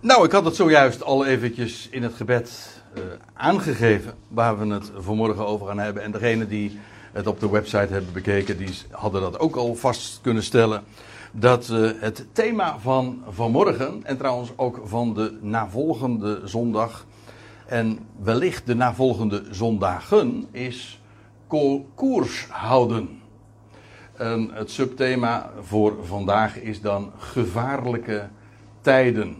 Nou, ik had het zojuist al eventjes in het gebed aangegeven waar we het vanmorgen over gaan hebben. En degenen die het op de website hebben bekeken, die hadden dat ook al vast kunnen stellen. Dat het thema van vanmorgen, en trouwens ook van de navolgende zondag, en wellicht de navolgende zondagen, is koers houden. En het subthema voor vandaag is dan gevaarlijke tijden.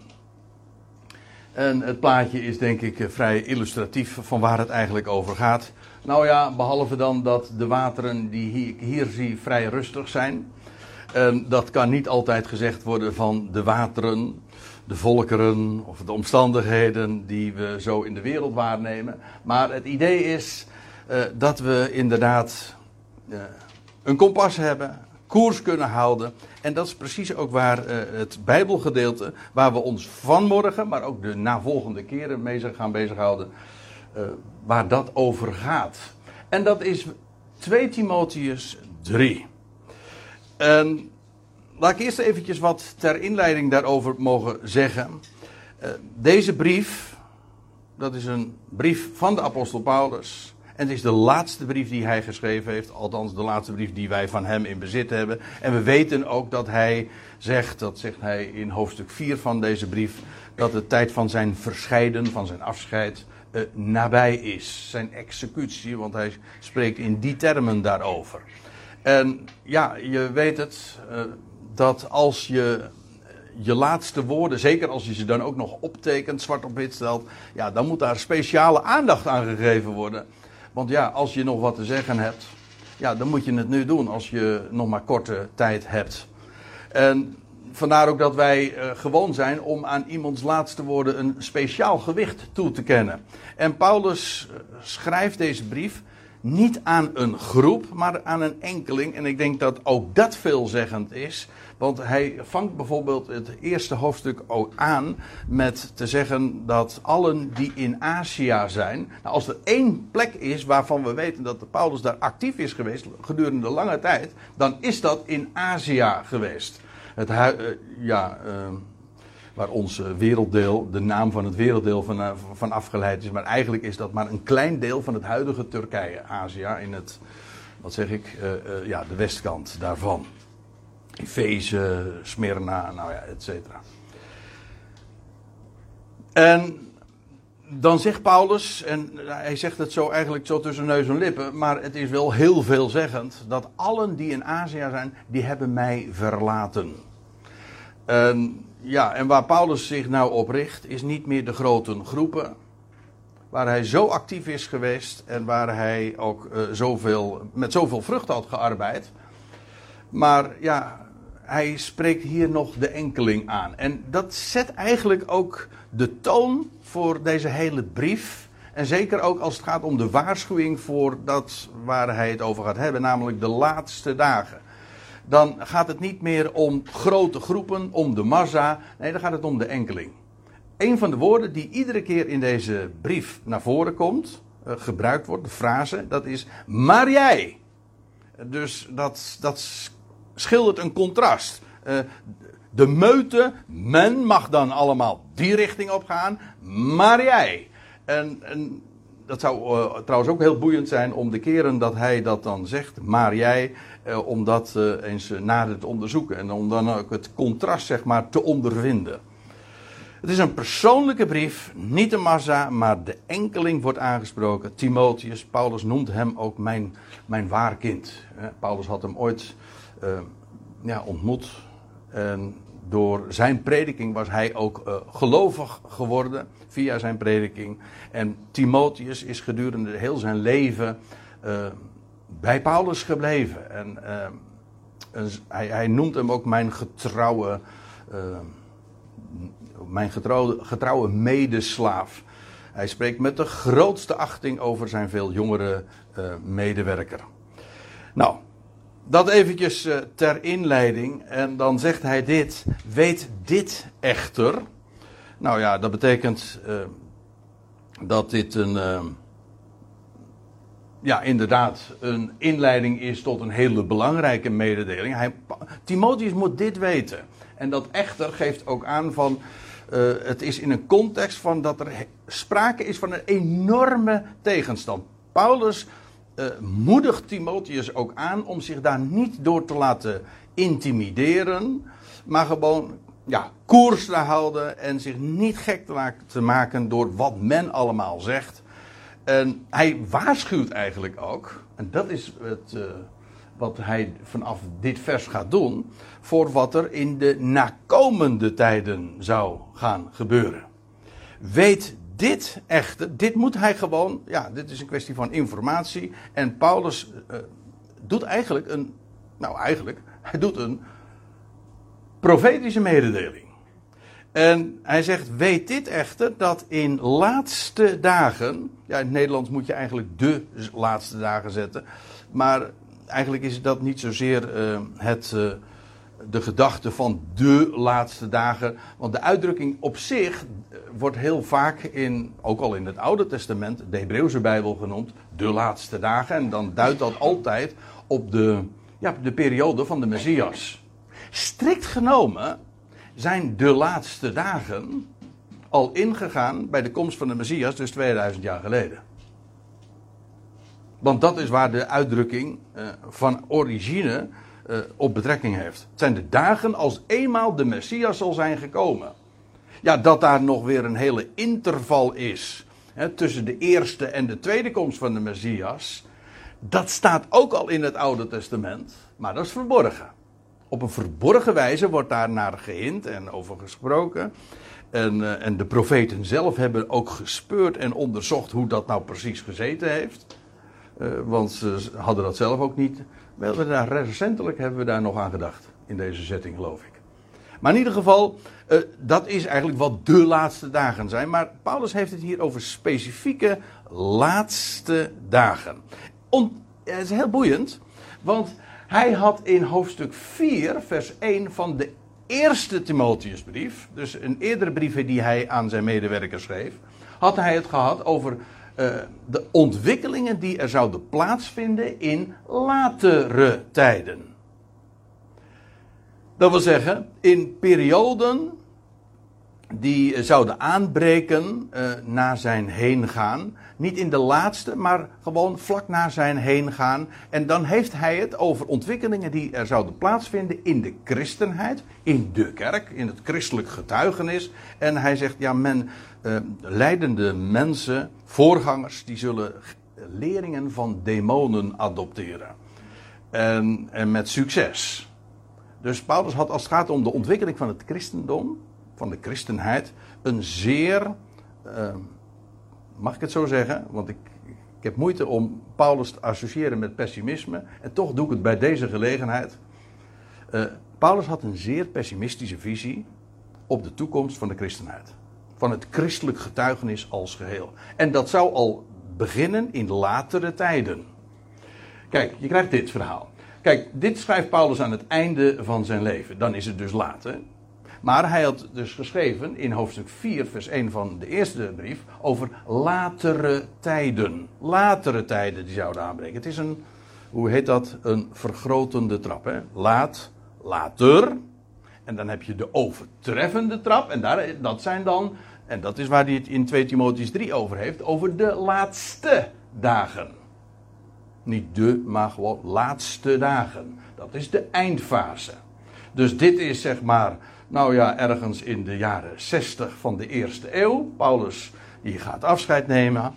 En het plaatje is denk ik vrij illustratief van waar het eigenlijk over gaat. Nou ja, behalve dan dat de wateren die ik hier zie vrij rustig zijn. Dat kan niet altijd gezegd worden van de wateren, de volkeren of de omstandigheden die we zo in de wereld waarnemen. Maar het idee is dat we inderdaad een kompas hebben, koers kunnen houden. En dat is precies ook waar het Bijbelgedeelte, waar we ons vanmorgen, maar ook de navolgende keren mee gaan bezighouden, waar dat over gaat. En dat is 2 Timotheüs 3. En laat ik eerst eventjes wat ter inleiding daarover mogen zeggen. Deze brief, dat is een brief van de apostel Paulus. En het is de laatste brief die hij geschreven heeft. Althans de laatste brief die wij van hem in bezit hebben. En we weten ook dat hij zegt, dat zegt hij in hoofdstuk 4 van deze brief, dat de tijd van zijn verscheiden, van zijn afscheid, nabij is. Zijn executie, want hij spreekt in die termen daarover. En ja, je weet het, dat als je laatste woorden, zeker als je ze dan ook nog optekent, zwart op wit stelt, ja, dan moet daar speciale aandacht aan gegeven worden. Want ja, als je nog wat te zeggen hebt, ja, dan moet je het nu doen als je nog maar korte tijd hebt. En vandaar ook dat wij gewoon zijn om aan iemands laatste woorden een speciaal gewicht toe te kennen. En Paulus schrijft deze brief niet aan een groep, maar aan een enkeling. En ik denk dat ook dat veelzeggend is. Want hij vangt bijvoorbeeld het eerste hoofdstuk ook aan met te zeggen dat allen die in Azië zijn. Nou, als er 1 plek is waarvan we weten dat de Paulus daar actief is geweest gedurende lange tijd, dan is dat in Azië geweest. Waar ons werelddeel, de naam van het werelddeel van afgeleid is. Maar eigenlijk is dat maar een klein deel van het huidige Turkije, Azië, in het, de westkant daarvan. Efeze, Smyrna, nou ja, et cetera. En dan zegt Paulus, en hij zegt het zo eigenlijk zo tussen neus en lippen, maar het is wel heel veelzeggend, dat allen die in Azië zijn, die hebben mij verlaten. En waar Paulus zich nou op richt, is niet meer de grote groepen, waar hij zo actief is geweest en waar hij ook met zoveel vrucht had gearbeid. Maar ja, hij spreekt hier nog de enkeling aan. En dat zet eigenlijk ook de toon voor deze hele brief. En zeker ook als het gaat om de waarschuwing voor dat waar hij het over gaat hebben, namelijk de laatste dagen. Dan gaat het niet meer om grote groepen, om de massa. Nee, dan gaat het om de enkeling. Een van de woorden die iedere keer in deze brief naar voren komt, gebruikt wordt, de frase, dat is maar jij. Dus dat schildert een contrast. De meute, men mag dan allemaal die richting op gaan, maar jij. En dat zou trouwens ook heel boeiend zijn om de keren dat hij dat dan zegt, maar jij, om dat eens nader te onderzoeken. En om dan ook het contrast, zeg maar, te ondervinden. Het is een persoonlijke brief, niet de massa, maar de enkeling wordt aangesproken. Timotheus, Paulus noemt hem ook mijn waarkind. Paulus had hem ooit ontmoet. En door zijn prediking was hij ook gelovig geworden, via zijn prediking. En Timotheus is gedurende heel zijn leven bij Paulus gebleven. En hij noemt hem ook mijn getrouwe medeslaaf. Hij spreekt met de grootste achting over zijn veel jongere medewerker. Nou, dat eventjes ter inleiding. En dan zegt hij dit. Weet dit echter. Nou ja, dat betekent dat dit inderdaad een inleiding is tot een hele belangrijke mededeling. Timotheus moet dit weten. En dat echter geeft ook aan van Het is in een context van dat er sprake is van een enorme tegenstand. Paulus moedigt Timotheus ook aan om zich daar niet door te laten intimideren, maar gewoon koers te houden en zich niet gek te maken door wat men allemaal zegt. En hij waarschuwt eigenlijk ook, en dat is wat hij vanaf dit vers gaat doen, voor wat er in de nakomende tijden zou gaan gebeuren. Weet dit echter, dit moet hij gewoon, dit is een kwestie van informatie. En Paulus doet eigenlijk hij doet een profetische mededeling. En hij zegt, weet dit echter, dat in laatste dagen, in het Nederlands moet je eigenlijk de laatste dagen zetten, maar eigenlijk is dat niet zozeer de gedachte van de laatste dagen. Want de uitdrukking op zich wordt heel vaak ook al in het Oude Testament, de Hebreeuwse Bijbel genoemd, de laatste dagen. En dan duidt dat altijd op de periode van de Messias. Strikt genomen zijn de laatste dagen al ingegaan bij de komst van de Messias, dus 2000 jaar geleden. Want dat is waar de uitdrukking van origine op betrekking heeft. Het zijn de dagen als eenmaal de Messias zal zijn gekomen. Ja, dat daar nog weer een hele interval is tussen de eerste en de tweede komst van de Messias. Dat staat ook al in het Oude Testament, maar dat is verborgen. Op een verborgen wijze wordt daar naar gehind en over gesproken. En de profeten zelf hebben ook gespeurd en onderzocht hoe dat nou precies gezeten heeft. Want ze hadden dat zelf ook niet. Recentelijk hebben we daar nog aan gedacht. In deze setting, geloof ik. Maar in ieder geval, dat is eigenlijk wat de laatste dagen zijn. Maar Paulus heeft het hier over specifieke laatste dagen. Het is heel boeiend. Want hij had in hoofdstuk 4, vers 1 van de eerste Timotheusbrief, dus een eerdere brief die hij aan zijn medewerkers schreef, had hij het gehad over de ontwikkelingen die er zouden plaatsvinden in latere tijden. Dat wil zeggen, in perioden die zouden aanbreken na zijn heengaan. Niet in de laatste, maar gewoon vlak na zijn heengaan. En dan heeft hij het over ontwikkelingen die er zouden plaatsvinden in de christenheid, in de kerk, in het christelijk getuigenis. En hij zegt, leidende mensen, voorgangers, die zullen leringen van demonen adopteren. En met succes. Dus Paulus had, als het gaat om de ontwikkeling van het christendom, van de christenheid, een zeer, mag ik het zo zeggen, want ik heb moeite om Paulus te associëren met pessimisme, en toch doe ik het bij deze gelegenheid. Paulus had een zeer pessimistische visie op de toekomst van de christenheid. Van het christelijk getuigenis als geheel. En dat zou al beginnen in latere tijden. Kijk, je krijgt dit verhaal. Kijk, dit schrijft Paulus aan het einde van zijn leven. Dan is het dus laat, hè? Maar hij had dus geschreven in hoofdstuk 4, vers 1 van de eerste brief, over latere tijden. Latere tijden die zouden aanbreken. Het is een, hoe heet dat? Een vergrotende trap, hè? Later. En dan heb je de overtreffende trap. En dat zijn dan, en dat is waar hij het in 2 Timotheus 3 over heeft, over de laatste dagen. Niet de, maar gewoon laatste dagen. Dat is de eindfase. Dus dit is zeg maar, ergens in de jaren 60 van de eerste eeuw. Paulus die gaat afscheid nemen.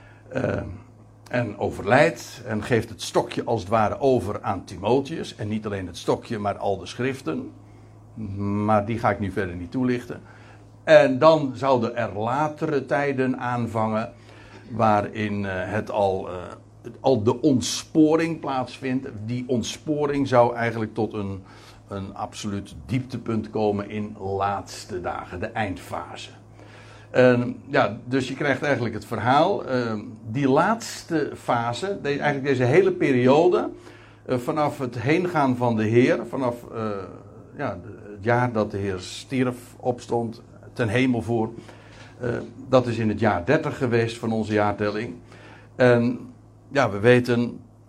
En overlijdt. En geeft het stokje als het ware over aan Timotheus. En niet alleen het stokje, maar al de schriften. Maar die ga ik nu verder niet toelichten. En dan zouden er latere tijden aanvangen. Waarin het al de ontsporing plaatsvindt. Die ontsporing zou eigenlijk tot een absoluut dieptepunt komen in laatste dagen, de eindfase. Dus je krijgt eigenlijk het verhaal. Die laatste fase, eigenlijk deze hele periode, vanaf het heengaan van de Heer, vanaf het jaar dat de Heer stierf, opstond, ten hemel voer. Dat is in het jaar 30 geweest van onze jaartelling. En we weten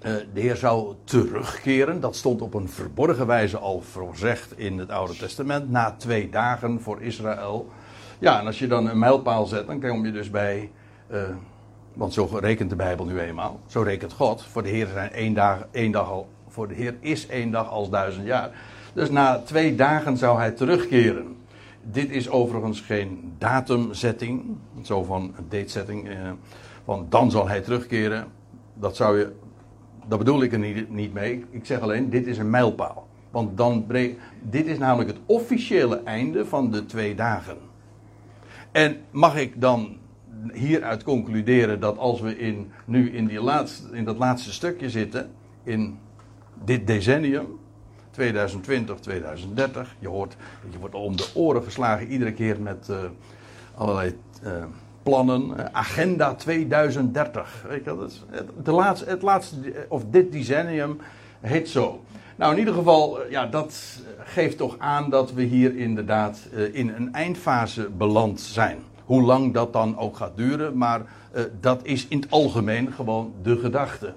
De Heer zou terugkeren. Dat stond op een verborgen wijze al voorzegd in het Oude Testament. Na 2 dagen voor Israël. Ja, en als je dan een mijlpaal zet, dan kom je dus bij... want zo rekent de Bijbel nu eenmaal. Zo rekent God. Voor de Heer zijn 1 dag al... Voor de Heer is 1 dag als 1000 jaar. Dus na 2 dagen zou hij terugkeren. Dit is overigens geen datumzetting. Zo van een datesetting. Want dan zal hij terugkeren. Dat bedoel ik er niet mee. Ik zeg alleen, dit is een mijlpaal. Want dit is namelijk het officiële einde van de 2 dagen. En mag ik dan hieruit concluderen dat als we nu in dat laatste stukje zitten, in dit decennium, 2020, 2030, je wordt al om de oren geslagen iedere keer met allerlei plannen, agenda 2030. Weet je, het laatste, of dit decennium heet zo. Nou, in ieder geval, dat geeft toch aan dat we hier inderdaad in een eindfase beland zijn. Hoe lang dat dan ook gaat duren, maar dat is in het algemeen gewoon de gedachte.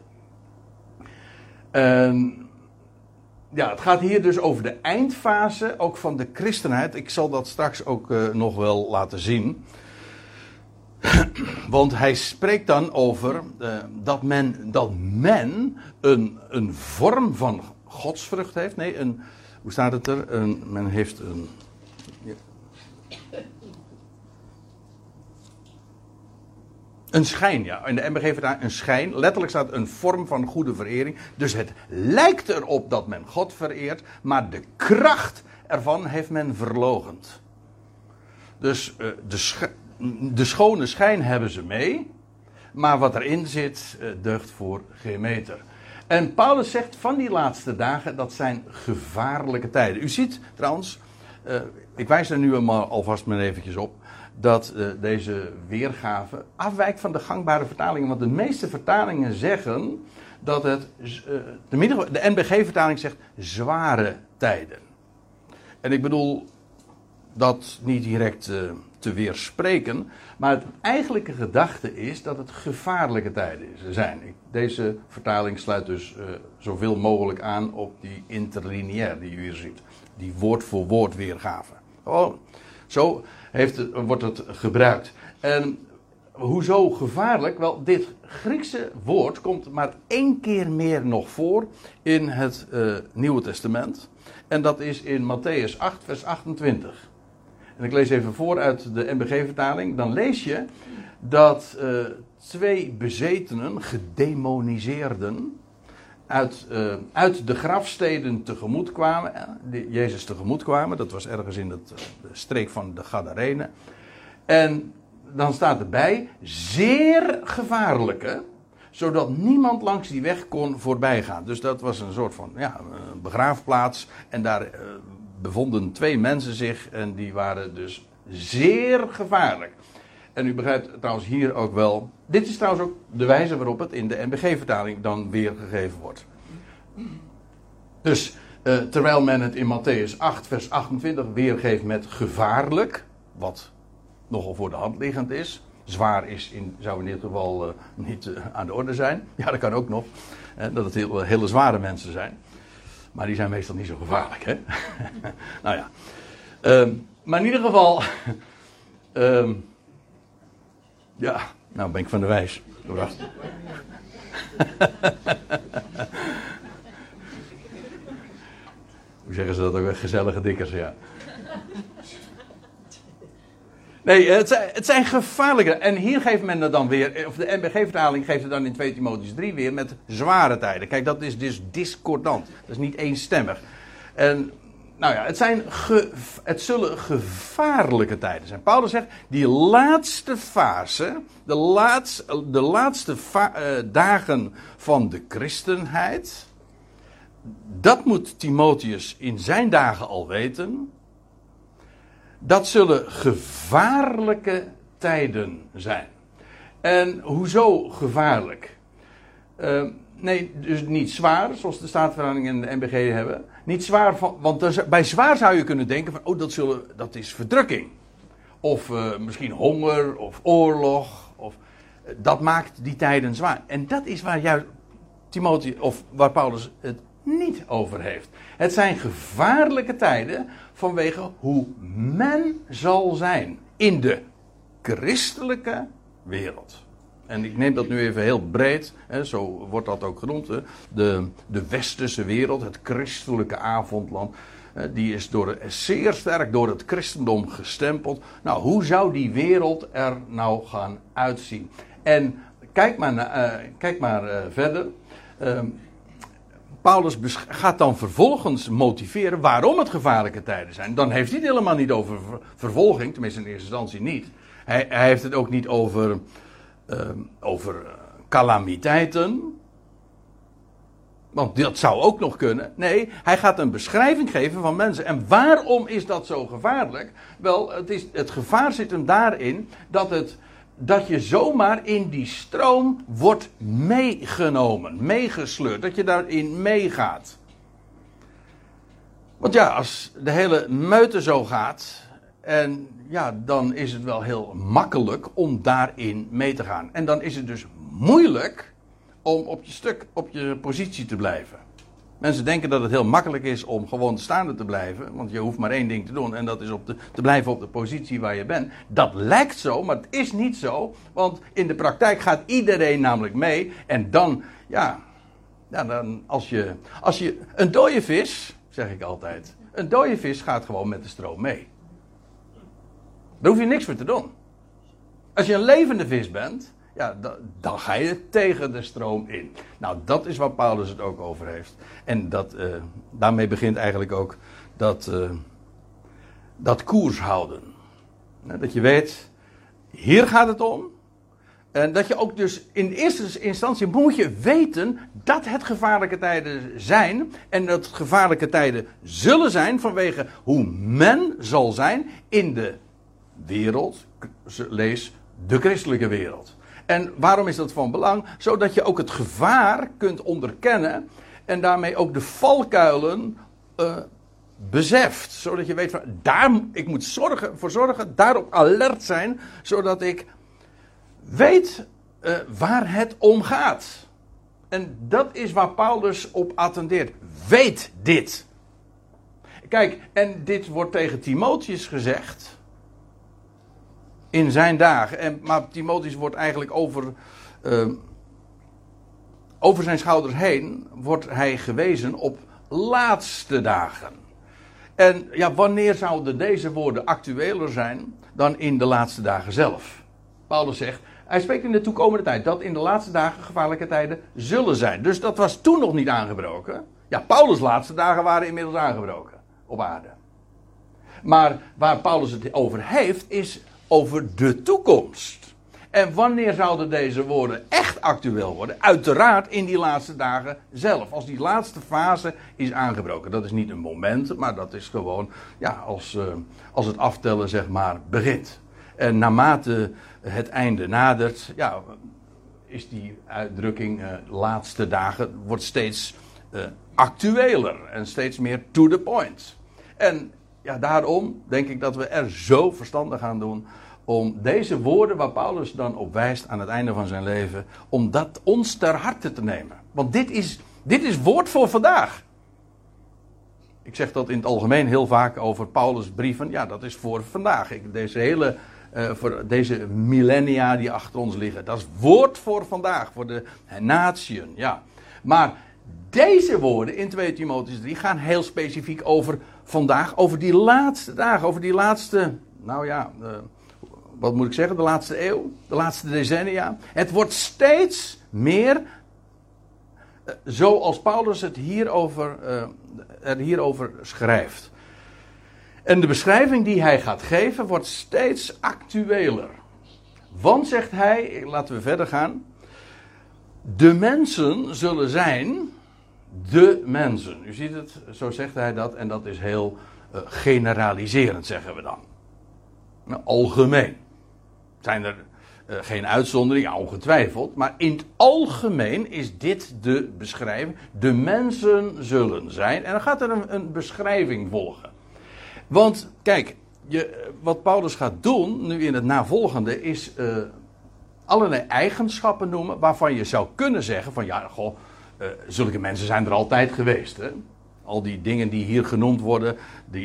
Het gaat hier dus over de eindfase, ook van de christenheid. Ik zal dat straks ook nog wel laten zien. Want hij spreekt dan over dat men een vorm van godsvrucht heeft. Nee, hoe staat het er? Men heeft een... Een schijn, ja. In de MBG vertaling een schijn. Letterlijk staat een vorm van goede verering. Dus het lijkt erop dat men God vereert. Maar de kracht ervan heeft men verloochend. Dus de schone schijn hebben ze mee. Maar wat erin zit, deugt voor geen meter. En Paulus zegt van die laatste dagen, dat zijn gevaarlijke tijden. U ziet trouwens, ik wijs er nu alvast maar eventjes op, dat deze weergave afwijkt van de gangbare vertalingen. Want de meeste vertalingen zeggen dat de NBG-vertaling zegt zware tijden. En ik bedoel dat niet direct te weerspreken, maar het eigenlijke gedachte is dat het gevaarlijke tijden zijn. Deze vertaling sluit dus zoveel mogelijk aan op die interlineair die u hier ziet. Die woord voor woord weergave. Gewoon, zo wordt het gebruikt. En hoezo gevaarlijk? Wel, dit Griekse woord komt maar 1 keer meer nog voor in het Nieuwe Testament. En dat is in Mattheüs 8, vers 28. En ik lees even voor uit de NBG-vertaling. Dan lees je dat 2 bezetenen, gedemoniseerden, uit de grafsteden tegemoet kwamen. Jezus tegemoet kwamen. Dat was ergens in de streek van de Gadarenen. En dan staat erbij, zeer gevaarlijke, zodat niemand langs die weg kon voorbij gaan. Dus dat was een soort van begraafplaats. En daar bevonden 2 mensen zich en die waren dus zeer gevaarlijk. En u begrijpt trouwens hier ook wel, dit is trouwens ook de wijze waarop het in de NBG-vertaling dan weergegeven wordt. Dus terwijl men het in Mattheüs 8 vers 28 weergeeft met gevaarlijk, wat nogal voor de hand liggend is. Zwaar zou in dit geval niet aan de orde zijn. Ja, dat kan ook nog. Dat het hele zware mensen zijn. Maar die zijn meestal niet zo gevaarlijk, hè. Nou ja. Maar in ieder geval... ja, nou ben ik van de wijs. Hoe zeggen ze dat ook? Gezellige dikkers, ja. Nee, het zijn gevaarlijke. En hier geeft men er dan weer, of de NBG-vertaling geeft het dan in 2 Timotheüs 3 weer met zware tijden. Kijk, dat is dus discordant. Dat is niet eenstemmig. En, nou ja, het zullen gevaarlijke tijden zijn. Paulus zegt, die laatste fase, de laatste dagen van de christenheid, dat moet Timotheus in zijn dagen al weten. Dat zullen gevaarlijke tijden zijn. En hoezo gevaarlijk? Nee, dus niet zwaar, zoals de Statenvertaling en de NBG hebben. Niet zwaar, want bij zwaar zou je kunnen denken van, dat is verdrukking. Of misschien honger, of oorlog. Dat maakt die tijden zwaar. En dat is waar juist waar Paulus het niet over heeft. Het zijn gevaarlijke tijden vanwege hoe men zal zijn in de christelijke wereld. En ik neem dat nu even heel breed, zo wordt dat ook genoemd. De westerse wereld, het christelijke avondland, die is zeer sterk door het christendom gestempeld. Nou, hoe zou die wereld er nou gaan uitzien? En kijk maar verder. Paulus gaat dan vervolgens motiveren waarom het gevaarlijke tijden zijn. Dan heeft hij het helemaal niet over vervolging, tenminste in eerste instantie niet. Hij heeft het ook niet over calamiteiten. Want dat zou ook nog kunnen. Nee, hij gaat een beschrijving geven van mensen. En waarom is dat zo gevaarlijk? Wel, het gevaar zit hem daarin dat je zomaar in die stroom wordt meegenomen, meegesleurd. Dat je daarin meegaat. Want ja, als de hele meute zo gaat, en ja, dan is het wel heel makkelijk om daarin mee te gaan. En dan is het dus moeilijk om op je positie te blijven. Mensen denken dat het heel makkelijk is om gewoon staande te blijven. Want je hoeft maar één ding te doen. En dat is te blijven op de positie waar je bent. Dat lijkt zo, maar het is niet zo. Want in de praktijk gaat iedereen namelijk mee. En dan, dan als je een dode vis, zeg ik altijd. Een dode vis gaat gewoon met de stroom mee. Daar hoef je niks voor te doen. Als je een levende vis bent, ja, dan ga je tegen de stroom in. Nou, dat is waar Paulus het ook over heeft. En daarmee begint eigenlijk ook dat koers houden. Dat je weet, hier gaat het om. En dat je ook dus in eerste instantie moet je weten dat het gevaarlijke tijden zijn. En dat het gevaarlijke tijden zullen zijn vanwege hoe men zal zijn in de wereld. Lees de christelijke wereld. En waarom is dat van belang? Zodat je ook het gevaar kunt onderkennen en daarmee ook de valkuilen beseft. Zodat je weet van, ik moet ervoor zorgen, daarop alert zijn, zodat ik weet waar het om gaat. En dat is waar Paulus op attendeert. Weet dit. Kijk, en dit wordt tegen Timotheus gezegd in zijn dagen. Maar Timotheus wordt eigenlijk over zijn schouders heen wordt hij gewezen op laatste dagen. En ja, wanneer zouden deze woorden actueler zijn dan in de laatste dagen zelf? Paulus zegt, hij spreekt in de toekomende tijd dat in de laatste dagen gevaarlijke tijden zullen zijn. Dus dat was toen nog niet aangebroken. Ja, Paulus' laatste dagen waren inmiddels aangebroken op aarde. Maar waar Paulus het over heeft is over de toekomst. En wanneer zouden deze woorden echt actueel worden? Uiteraard in die laatste dagen zelf. Als die laatste fase is aangebroken. Dat is niet een moment, maar dat is gewoon als het aftellen zeg maar begint. En naarmate het einde nadert, ja, is die uitdrukking laatste dagen wordt steeds actueler en steeds meer to the point. En ja, daarom denk ik dat we er zo verstandig aan doen om deze woorden waar Paulus dan op wijst aan het einde van zijn leven, om dat ons ter harte te nemen. Want dit is woord voor vandaag. Ik zeg dat in het algemeen heel vaak over Paulus' brieven. Ja, dat is voor vandaag. Voor deze millennia die achter ons liggen. Dat is woord voor vandaag, voor de natieën. Ja. Maar deze woorden in 2 Timotheüs 3 gaan heel specifiek over vandaag, over die laatste dagen, over die laatste, wat moet ik zeggen, de laatste eeuw, de laatste decennia. Het wordt steeds meer zoals Paulus het hierover schrijft. En de beschrijving die hij gaat geven wordt steeds actueler. Want, zegt hij, laten we verder gaan, de mensen zullen zijn de mensen. U ziet het, zo zegt hij dat en dat is heel generaliserend, zeggen we dan. Nou, algemeen. Zijn er geen uitzonderingen? Ja, ongetwijfeld. Maar in het algemeen is dit de beschrijving. De mensen zullen zijn. En dan gaat er een beschrijving volgen. Want, kijk, wat Paulus gaat doen, nu in het navolgende, is allerlei eigenschappen noemen, waarvan je zou kunnen zeggen van, ja, goh, Zulke mensen zijn er altijd geweest. Hè? Al die dingen die hier genoemd worden,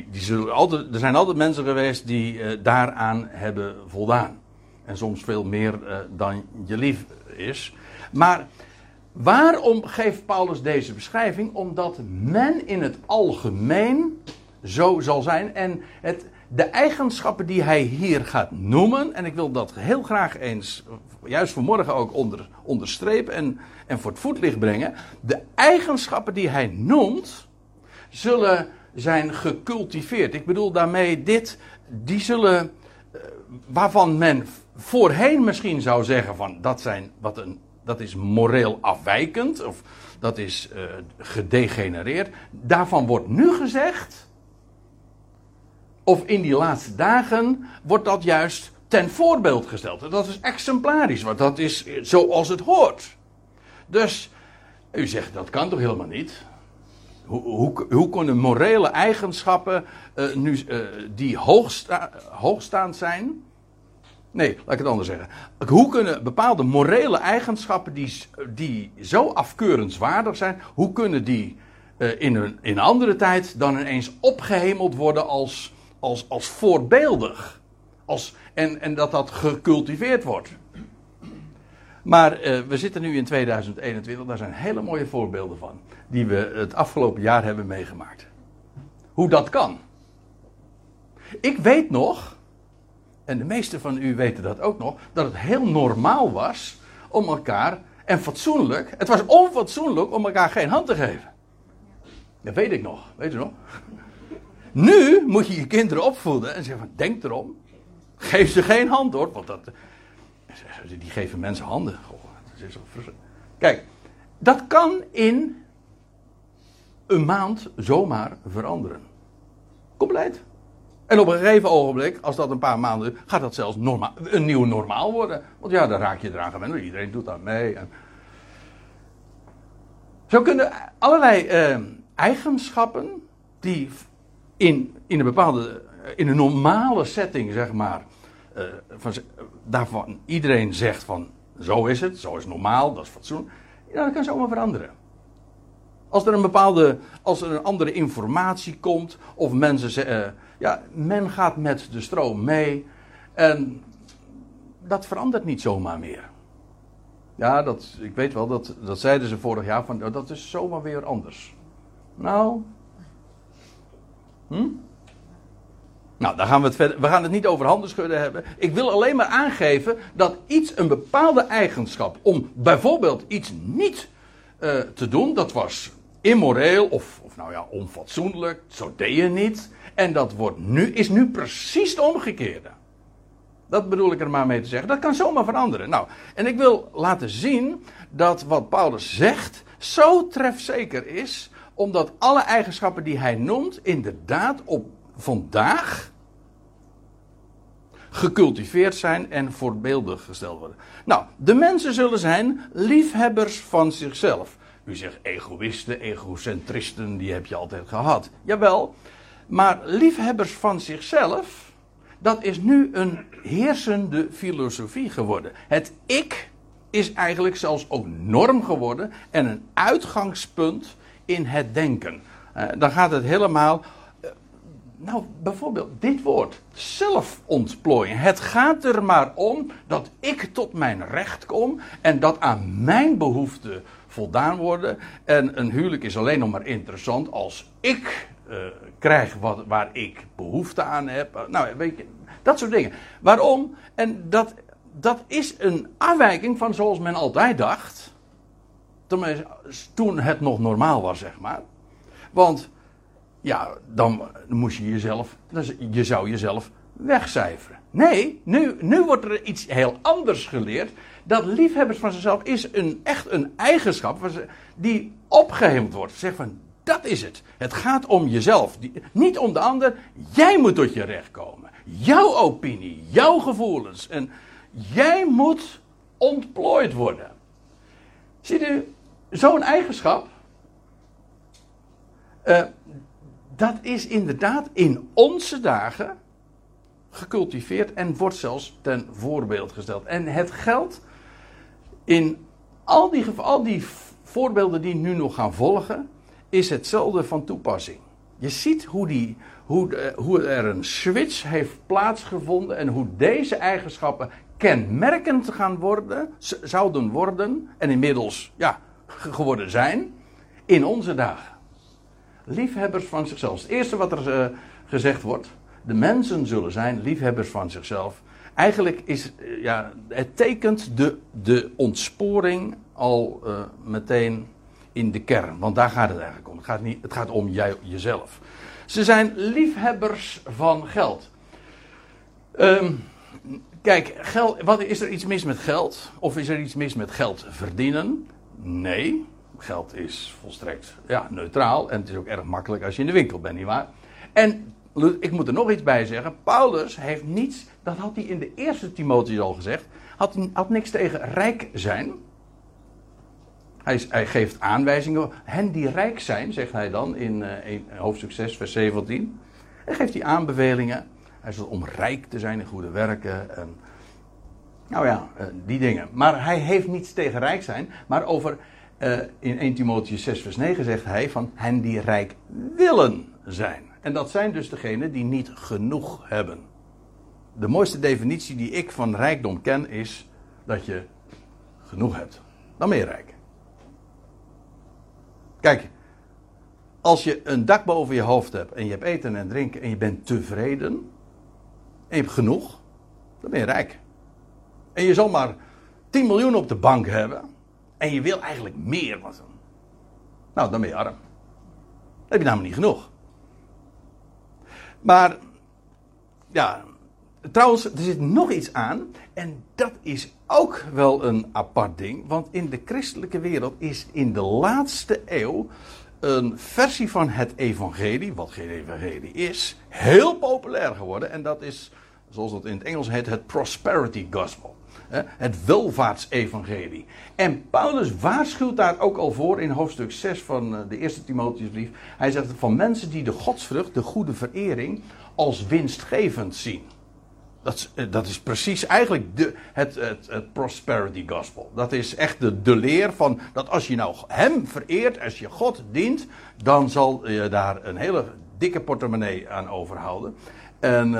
er zijn altijd mensen geweest die daaraan hebben voldaan. En soms veel meer dan je lief is. Maar waarom geeft Paulus deze beschrijving? Omdat men in het algemeen zo zal zijn. En de eigenschappen die hij hier gaat noemen, en ik wil dat heel graag eens, juist vanmorgen ook onderstrepen en voor het voetlicht brengen. De eigenschappen die hij noemt, zullen zijn gecultiveerd. Ik bedoel daarmee die zullen, waarvan men voorheen misschien zou zeggen van dat is moreel afwijkend, of dat is gedegenereerd. Daarvan wordt nu gezegd, of in die laatste dagen wordt dat juist ten voorbeeld gesteld. Dat is exemplarisch, want dat is zoals het hoort. Dus, u zegt dat kan toch helemaal niet? Hoe kunnen morele eigenschappen die hoogstaand zijn? Nee, laat ik het anders zeggen. Hoe kunnen bepaalde morele eigenschappen die zo afkeurenswaardig zijn, hoe kunnen die in een andere tijd dan ineens opgehemeld worden als voorbeeldig? En dat gecultiveerd wordt. Maar we zitten nu in 2021, daar zijn hele mooie voorbeelden van. Die we het afgelopen jaar hebben meegemaakt. Hoe dat kan. Ik weet nog, en de meesten van u weten dat ook nog, dat het heel normaal was om elkaar, en fatsoenlijk, het was onfatsoenlijk om elkaar geen hand te geven. Dat weet ik nog, weet je nog? Nu moet je je kinderen opvoeden en zeggen van, denk erom, geef ze geen hand hoor, want die geven mensen handen. Goh, dat is Kijk, dat kan in een maand zomaar veranderen. Compleet. En op een gegeven ogenblik, als dat een paar maanden, gaat dat zelfs een nieuw normaal worden. Want ja, dan raak je eraan gewend. Iedereen doet daar mee. Zo kunnen allerlei eigenschappen die in een normale setting, zeg maar, daarvan iedereen zegt van, zo is het normaal, dat is fatsoen. Ja, dat kan zomaar veranderen. Als er een andere informatie komt, of mensen zeggen, men gaat met de stroom mee, en dat verandert niet zomaar meer. Ja, ik weet wel, dat zeiden ze vorig jaar, van dat is zomaar weer anders. Nou, Nou, dan gaan we gaan het niet over handenschudden hebben. Ik wil alleen maar aangeven dat een bepaalde eigenschap, om bijvoorbeeld iets niet te doen, dat was immoreel of onfatsoenlijk, zo deed je niet. En dat is nu precies het omgekeerde. Dat bedoel ik er maar mee te zeggen. Dat kan zomaar veranderen. Nou, en ik wil laten zien dat wat Paulus zegt zo trefzeker is, omdat alle eigenschappen die hij noemt inderdaad op vandaag gecultiveerd zijn en voorbeeldig gesteld worden. Nou, de mensen zullen zijn liefhebbers van zichzelf. U zegt egoïsten, egocentristen, die heb je altijd gehad. Jawel, maar liefhebbers van zichzelf, dat is nu een heersende filosofie geworden. Het ik is eigenlijk zelfs ook norm geworden en een uitgangspunt in het denken. Dan gaat het helemaal, bijvoorbeeld dit woord, zelfontplooiing. Het gaat er maar om dat ik tot mijn recht kom en dat aan mijn behoeften voldaan worden. En een huwelijk is alleen nog maar interessant als ik krijg waar ik behoefte aan heb. Nou, weet je, dat soort dingen. Waarom? En dat is een afwijking van zoals men altijd dacht. Toen het nog normaal was, zeg maar. Want ja, dan moest je zou jezelf wegcijferen. Nee, nu wordt er iets heel anders geleerd. Dat liefhebbers van zichzelf is echt een eigenschap die opgehemeld wordt. Zeg van, dat is het. Het gaat om jezelf. Niet om de ander. Jij moet tot je recht komen. Jouw opinie, jouw gevoelens. En jij moet ontplooid worden. Ziet u, zo'n eigenschap, dat is inderdaad in onze dagen gecultiveerd en wordt zelfs ten voorbeeld gesteld. En het geldt in al die voorbeelden die nu nog gaan volgen, is hetzelfde van toepassing. Je ziet hoe er een switch heeft plaatsgevonden en hoe deze eigenschappen kenmerkend gaan worden, zouden worden en inmiddels geworden zijn in onze dagen. Liefhebbers van zichzelf. Het eerste wat er gezegd wordt, de mensen zullen zijn liefhebbers van zichzelf. Eigenlijk is, het tekent de ontsporing al meteen in de kern. Want daar gaat het eigenlijk om. Het gaat om jezelf. Ze zijn liefhebbers van geld. Kijk, geld, is er iets mis met geld? Of is er iets mis met geld verdienen? Nee, geld is volstrekt neutraal. En het is ook erg makkelijk als je in de winkel bent, nietwaar? En ik moet er nog iets bij zeggen. Paulus heeft niets, dat had hij in de eerste Timotheus al gezegd, had niks tegen rijk zijn. Hij geeft aanwijzingen. Hen die rijk zijn, zegt hij dan in hoofdstuk 6, vers 17. Hij geeft die aanbevelingen. Hij zegt om rijk te zijn in goede werken. En, die dingen. Maar hij heeft niets tegen rijk zijn. Maar over, in 1 Timotheus 6, vers 9 zegt hij van hen die rijk willen zijn. En dat zijn dus degenen die niet genoeg hebben. De mooiste definitie die ik van rijkdom ken is dat je genoeg hebt. Dan ben je rijk. Kijk, als je een dak boven je hoofd hebt en je hebt eten en drinken en je bent tevreden en je hebt genoeg, dan ben je rijk. En je zal maar 10 miljoen op de bank hebben en je wil eigenlijk meer. Nou, dan ben je arm. Dan heb je namelijk niet genoeg. Maar, trouwens, er zit nog iets aan. En dat is ook wel een apart ding. Want in de christelijke wereld is in de laatste eeuw een versie van het evangelie, wat geen evangelie is, heel populair geworden. En dat is, zoals dat in het Engels heet, het prosperity gospel. Het welvaartsevangelie. En Paulus waarschuwt daar ook al voor in hoofdstuk 6 van de eerste Timotheusbrief. Hij zegt van mensen die de godsvrucht, de goede verering, als winstgevend zien. Dat is precies eigenlijk het prosperity gospel. Dat is echt de leer van dat als je nou hem vereert, als je God dient, dan zal je daar een hele dikke portemonnee aan overhouden. En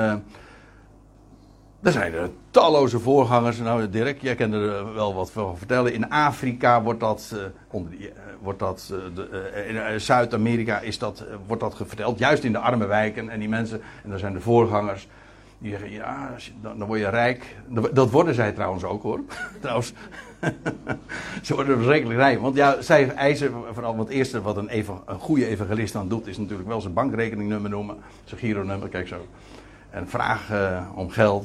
er zijn er talloze voorgangers. Nou, Dirk, jij kan er wel wat van vertellen. In Afrika wordt dat, in Zuid-Amerika wordt dat verteld. Juist in de arme wijken en die mensen. En daar zijn de voorgangers. Die zeggen, dan word je rijk. Dat worden zij trouwens ook, hoor. Trouwens. Ze worden verschrikkelijk rijk. Want zij eisen vooral, want het eerste wat een goede evangelist dan doet, is natuurlijk wel zijn bankrekeningnummer noemen. Zijn gironummer, kijk zo. En vragen om geld.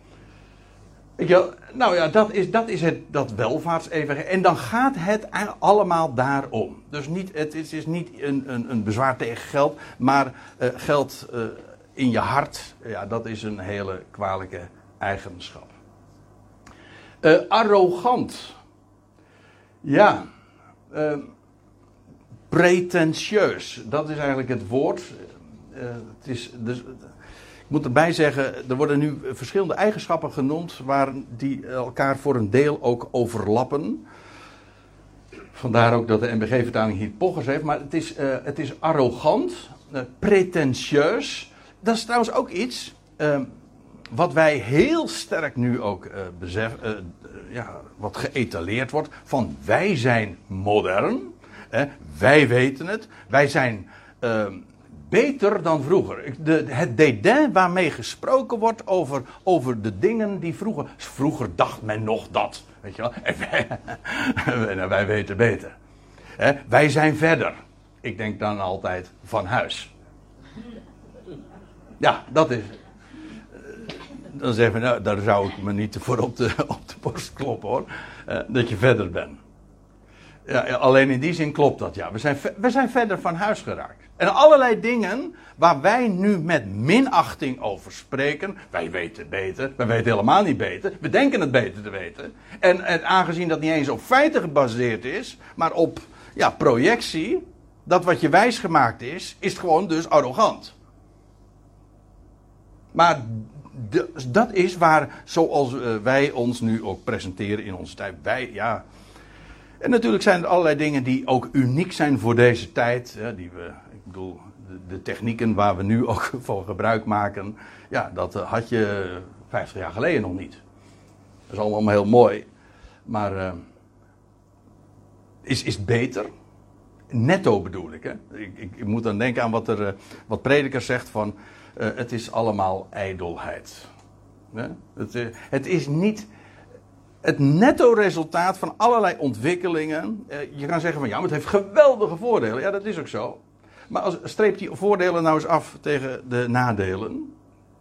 Dat is dat welvaartsevangelie. En dan gaat het allemaal daarom. Dus het is niet een bezwaar tegen geld, maar geld in je hart, dat is een hele kwalijke eigenschap. Arrogant. Pretentieus. Dat is eigenlijk het woord. Het is dus, ik moet erbij zeggen, er worden nu verschillende eigenschappen genoemd die elkaar voor een deel ook overlappen. Vandaar ook dat de NBG-vertaling hier poggers heeft. Maar het is arrogant, pretentieus. Dat is trouwens ook iets wat wij heel sterk nu ook beseffen, wat geëtaleerd wordt. Van wij zijn modern, wij weten het, wij zijn beter dan vroeger. Het dédain waarmee gesproken wordt over de dingen die vroeger dacht men nog dat. Weet je wel? En wij weten beter. Wij zijn verder. Ik denk dan altijd van huis. Ja, dat is. Dan zeggen we, nou, daar zou ik me niet voor op de borst kloppen, hoor. Dat je verder bent. Ja, alleen in die zin klopt dat, ja. We zijn verder van huis geraakt. En allerlei dingen waar wij nu met minachting over spreken. Wij weten beter. Wij weten helemaal niet beter. We denken het beter te weten. En aangezien dat niet eens op feiten gebaseerd is, maar op projectie. Dat wat je wijs gemaakt is gewoon dus arrogant. Maar dat is waar, zoals wij ons nu ook presenteren in onze tijd. En natuurlijk zijn er allerlei dingen die ook uniek zijn voor deze tijd. Ik bedoel, de technieken waar we nu ook van gebruik maken. Ja, dat had je 50 jaar geleden nog niet. Dat is allemaal heel mooi. Maar is het beter? Netto bedoel ik. Hè? Ik moet dan denken aan wat Prediker zegt van... het is allemaal ijdelheid. Het is niet... Het netto resultaat van allerlei ontwikkelingen. Je kan zeggen van ja, maar het heeft geweldige voordelen. Ja, dat is ook zo. Maar streep die voordelen nou eens af tegen de nadelen.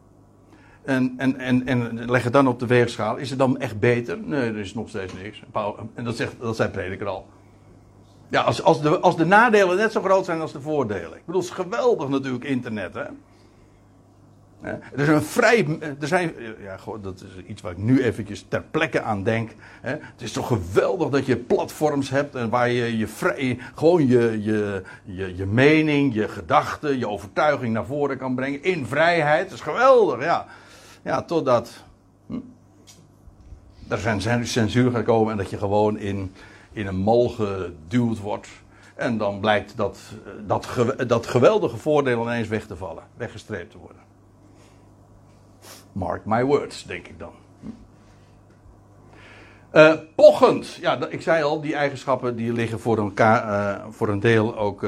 En leg het dan op de weegschaal. Is het dan echt beter? Nee, er is nog steeds niks. En dat zei Prediker al. Ja, als de nadelen net zo groot zijn als de voordelen. Ik bedoel, het is geweldig natuurlijk internet, hè. Ja, dat is iets waar ik nu eventjes ter plekke aan denk. Hè. Het is toch geweldig dat je platforms hebt en waar je gewoon je mening, je gedachten, je overtuiging naar voren kan brengen in vrijheid. Dat is geweldig, ja. Ja, totdat er zijn censuur gaat komen en dat je gewoon in een mal geduwd wordt. En dan blijkt dat geweldige voordeel ineens weg te vallen, weggestreept te worden. Mark my words, denk ik dan. Pochend. Ja, ik zei al, die eigenschappen die liggen voor een deel ook...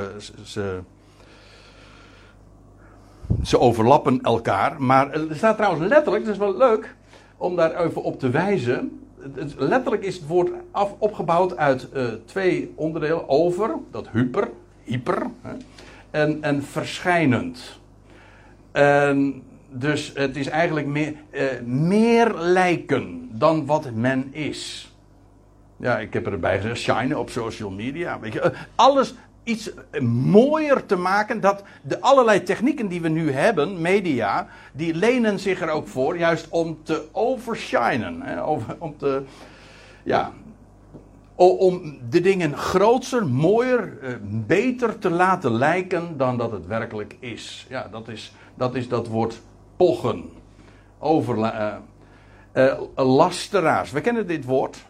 Ze overlappen elkaar. Maar er staat trouwens letterlijk, dat is wel leuk om daar even op te wijzen. Letterlijk is het woord opgebouwd uit 2 onderdelen. Over, dat hyper. En verschijnend. Dus het is eigenlijk meer lijken dan wat men is. Ja, ik heb erbij gezegd, shinen op social media. Weet je, alles iets mooier te maken. Dat de allerlei technieken die we nu hebben, media, die lenen zich er ook voor, juist om te overshinen. Hè, om de dingen groter, mooier, beter te laten lijken dan dat het werkelijk is. Ja, dat is dat woord pochen. Lasteraars. We kennen dit woord.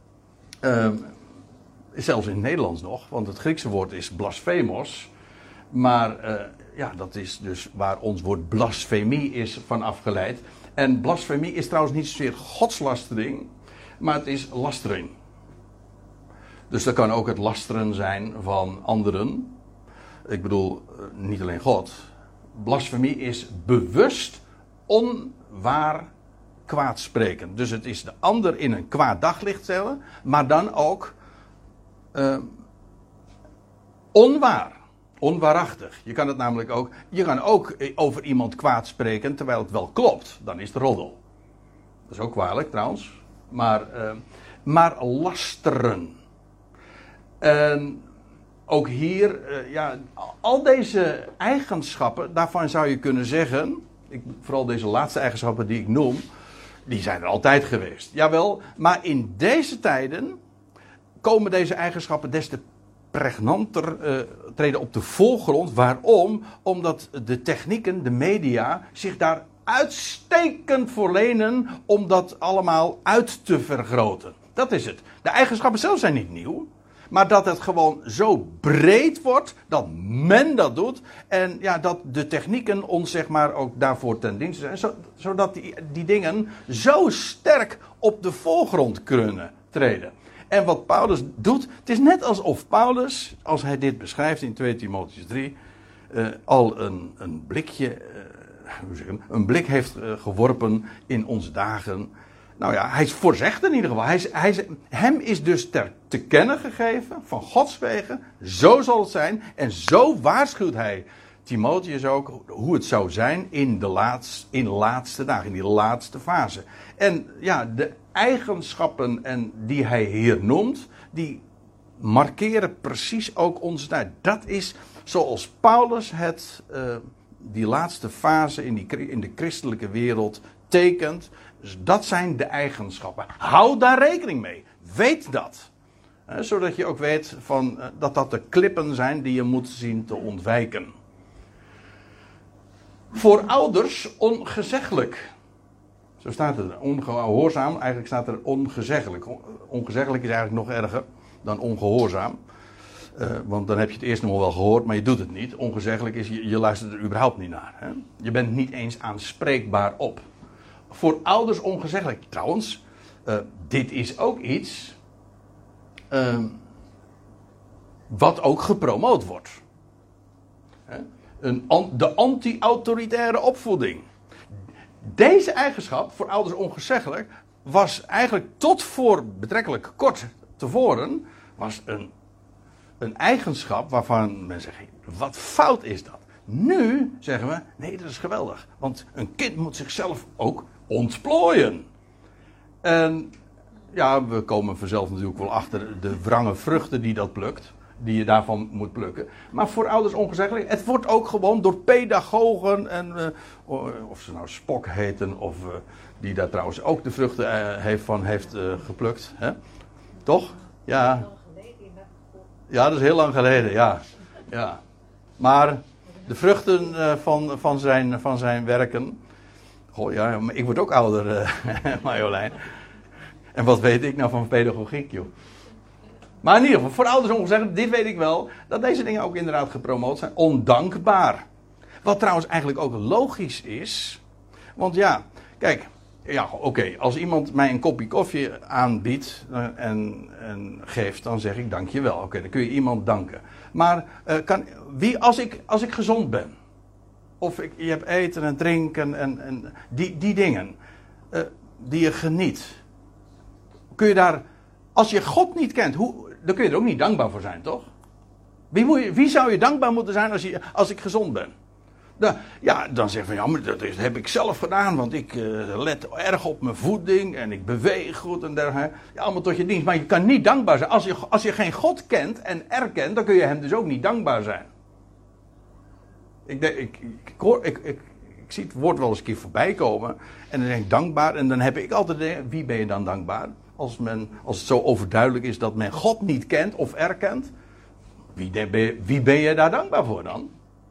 Zelfs in het Nederlands nog. Want het Griekse woord is blasphemos. Maar dat is dus waar ons woord blasfemie is van afgeleid. En blasfemie is trouwens niet zozeer godslastering. Maar het is lastering. Dus dat kan ook het lasteren zijn van anderen. Ik bedoel, niet alleen God. Blasfemie is bewust onwaar kwaadspreken. Dus het is de ander in een kwaad daglicht stellen, maar dan ook onwaar. Onwaarachtig. Je kan het namelijk ook. Je kan ook over iemand kwaad spreken terwijl het wel klopt. Dan is het roddel. Dat is ook kwalijk trouwens. Maar lasteren. En ook hier, al deze eigenschappen, daarvan zou je kunnen zeggen, vooral deze laatste eigenschappen die ik noem, die zijn er altijd geweest. Jawel, maar in deze tijden komen deze eigenschappen des te pregnanter treden op de voorgrond. Waarom? Omdat de technieken, de media, zich daar uitstekend voor lenen om dat allemaal uit te vergroten. Dat is het. De eigenschappen zelf zijn niet nieuw. Maar dat het gewoon zo breed wordt, dat men dat doet. En ja, dat de technieken ons zeg maar ook daarvoor ten dienste zijn. Zodat die dingen zo sterk op de voorgrond kunnen treden. En wat Paulus doet, het is net alsof Paulus, als hij dit beschrijft in 2 Timotheüs 3... al een blikje, een blik heeft geworpen in onze dagen. Nou ja, hij voorzegt in ieder geval. Hem is dus te kennen gegeven, van Gods wegen, zo zal het zijn. En zo waarschuwt hij Timotheus ook hoe het zou zijn in de laatste dagen, in die laatste fase. En ja, de eigenschappen die hij hier noemt, die markeren precies ook onze tijd. Dat is zoals Paulus die laatste fase in de christelijke wereld tekent. Dus dat zijn de eigenschappen. Hou daar rekening mee. Weet dat. Zodat je ook weet dat de klippen zijn die je moet zien te ontwijken. Voor ouders ongezeggelijk. Zo staat het er. Ongehoorzaam, eigenlijk staat er ongezeggelijk. Ongezeggelijk is eigenlijk nog erger. dan ongehoorzaam. Want dan heb je het eerst nog wel gehoord, maar je doet het niet. Ongezeggelijk is, je luistert er überhaupt niet naar. Hè? Je bent niet eens aanspreekbaar op. Voor ouders ongezeggelijk. Trouwens, dit is ook iets wat ook gepromoot wordt. Hè? De anti-autoritaire opvoeding. Deze eigenschap, voor ouders ongezeggelijk, was eigenlijk tot voor betrekkelijk kort tevoren, was een eigenschap waarvan men zegt, wat fout is dat? Nu zeggen we, nee, dat is geweldig. Want een kind moet zichzelf ook ontplooien. En ja, we komen vanzelf natuurlijk wel achter de wrange vruchten die dat plukt. Die je daarvan moet plukken. Maar voor ouders ongezeggelijk, het wordt ook gewoon door pedagogen en of ze nou Spok heten of die daar trouwens ook de vruchten heeft geplukt. Hè? Toch? Ja. Ja, dat is heel lang geleden, ja. Ja. Maar de vruchten van zijn werken. Goh, ja, maar ik word ook ouder, Marjolein. En wat weet ik nou van pedagogiek, joh. Maar in ieder geval, voor ouders ongezeggelijk, dit weet ik wel, dat deze dingen ook inderdaad gepromoot zijn. Ondankbaar. Wat trouwens eigenlijk ook logisch is. Want ja, kijk, ja, oké, als iemand mij een kopje koffie aanbiedt en geeft, dan zeg ik dankjewel. Oké, dan kun je iemand danken. Maar als ik gezond ben, of je hebt eten en drinken en die dingen die je geniet, kun je daar, als je God niet kent, dan kun je er ook niet dankbaar voor zijn, toch? Wie zou je dankbaar moeten zijn als ik gezond ben? Dan zeg je van, ja, maar dat heb ik zelf gedaan, want ik let erg op mijn voeding en ik beweeg goed en dergelijke. Ja, allemaal tot je dienst. Maar je kan niet dankbaar zijn. Als je geen God kent en erkent, dan kun je hem dus ook niet dankbaar zijn. Ik zie het woord wel eens een keer voorbij komen en dan denk ik dankbaar en dan heb ik altijd, wie ben je dan dankbaar? Als het zo overduidelijk is dat men God niet kent of erkent, wie ben je daar dankbaar voor dan?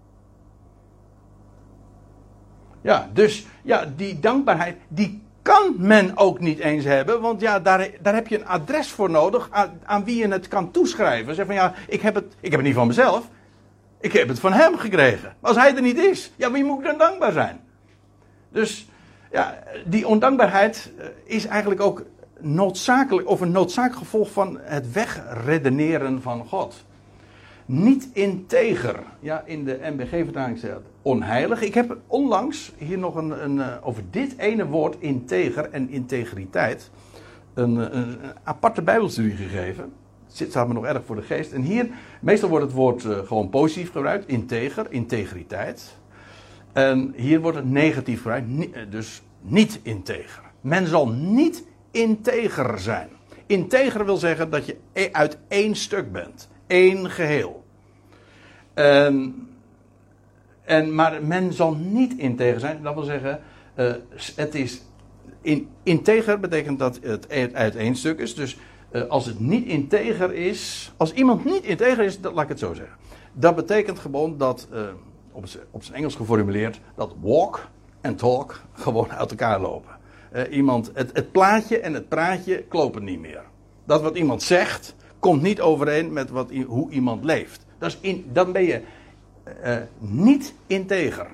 Ja, dus ja, die dankbaarheid, die kan men ook niet eens hebben, want ja, daar heb je een adres voor nodig aan wie je het kan toeschrijven. Zeg van ja, ik heb het niet van mezelf, ik heb het van hem gekregen. Maar als hij er niet is, ja, wie moet ik dan dankbaar zijn? Dus ja, die ondankbaarheid is eigenlijk ook noodzakelijk, of een noodzakelijk gevolg van het wegredeneren van God. Niet integer. Ja, in de NBG-vertaling staat onheilig. Ik heb onlangs hier nog over dit ene woord, integer en integriteit, een aparte bijbelstudie gegeven. Het staat me nog erg voor de geest. En hier, meestal wordt het woord gewoon positief gebruikt. Integer, integriteit. En hier wordt het negatief gebruikt. Dus niet integer. Men zal niet integer zijn. Integer wil zeggen dat je uit één stuk bent. Eén geheel. Maar men zal niet integer zijn. Dat wil zeggen, het is integer betekent dat het uit één stuk is. Dus als het niet integer is, als iemand niet integer is, laat ik het zo zeggen. Dat betekent gewoon dat, op zijn Engels geformuleerd, dat walk en talk gewoon uit elkaar lopen. Het plaatje en het praatje kloppen niet meer. Dat wat iemand zegt, komt niet overeen met hoe iemand leeft. Dan ben je niet integer.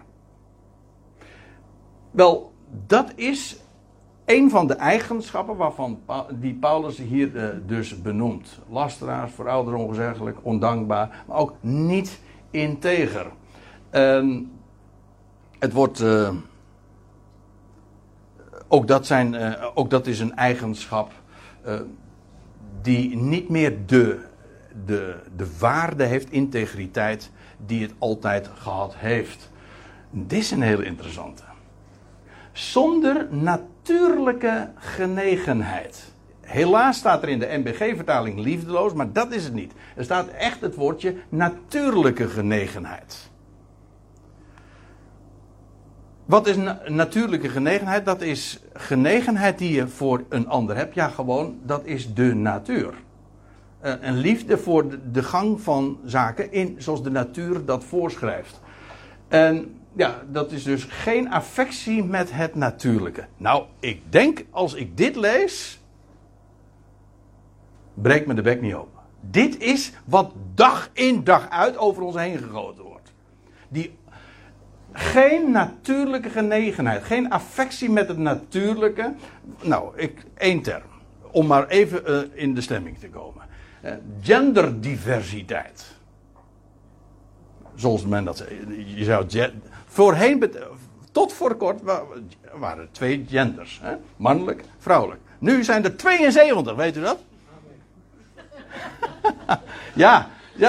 Wel, dat is een van de eigenschappen die Paulus hier dus benoemt. Lasteraars, voor ouderen ongezeggelijk, ondankbaar, maar ook niet integer. Het wordt ook dat is een eigenschap die niet meer de waarde heeft, integriteit, die het altijd gehad heeft. Dit is een heel interessante. Zonder natuurlijke genegenheid. Helaas staat er in de NBG-vertaling liefdeloos, maar dat is het niet. Er staat echt het woordje natuurlijke genegenheid. Wat is natuurlijke genegenheid? Dat is genegenheid die je voor een ander hebt. Ja, gewoon, dat is de natuur. Een liefde voor de gang van zaken zoals de natuur dat voorschrijft. En ja, dat is dus geen affectie met het natuurlijke. Nou, ik denk, als ik dit lees, breekt me de bek niet open. Dit is wat dag in dag uit over ons heen gegoten wordt. Geen natuurlijke genegenheid. Geen affectie met het natuurlijke. Nou, één term. Om maar even in de stemming te komen. Genderdiversiteit. Zoals men dat zegt. Je zou voorheen, tot voor kort, waren er 2 genders. Hè? Mannelijk, vrouwelijk. Nu zijn er 72, weet u dat? Ja,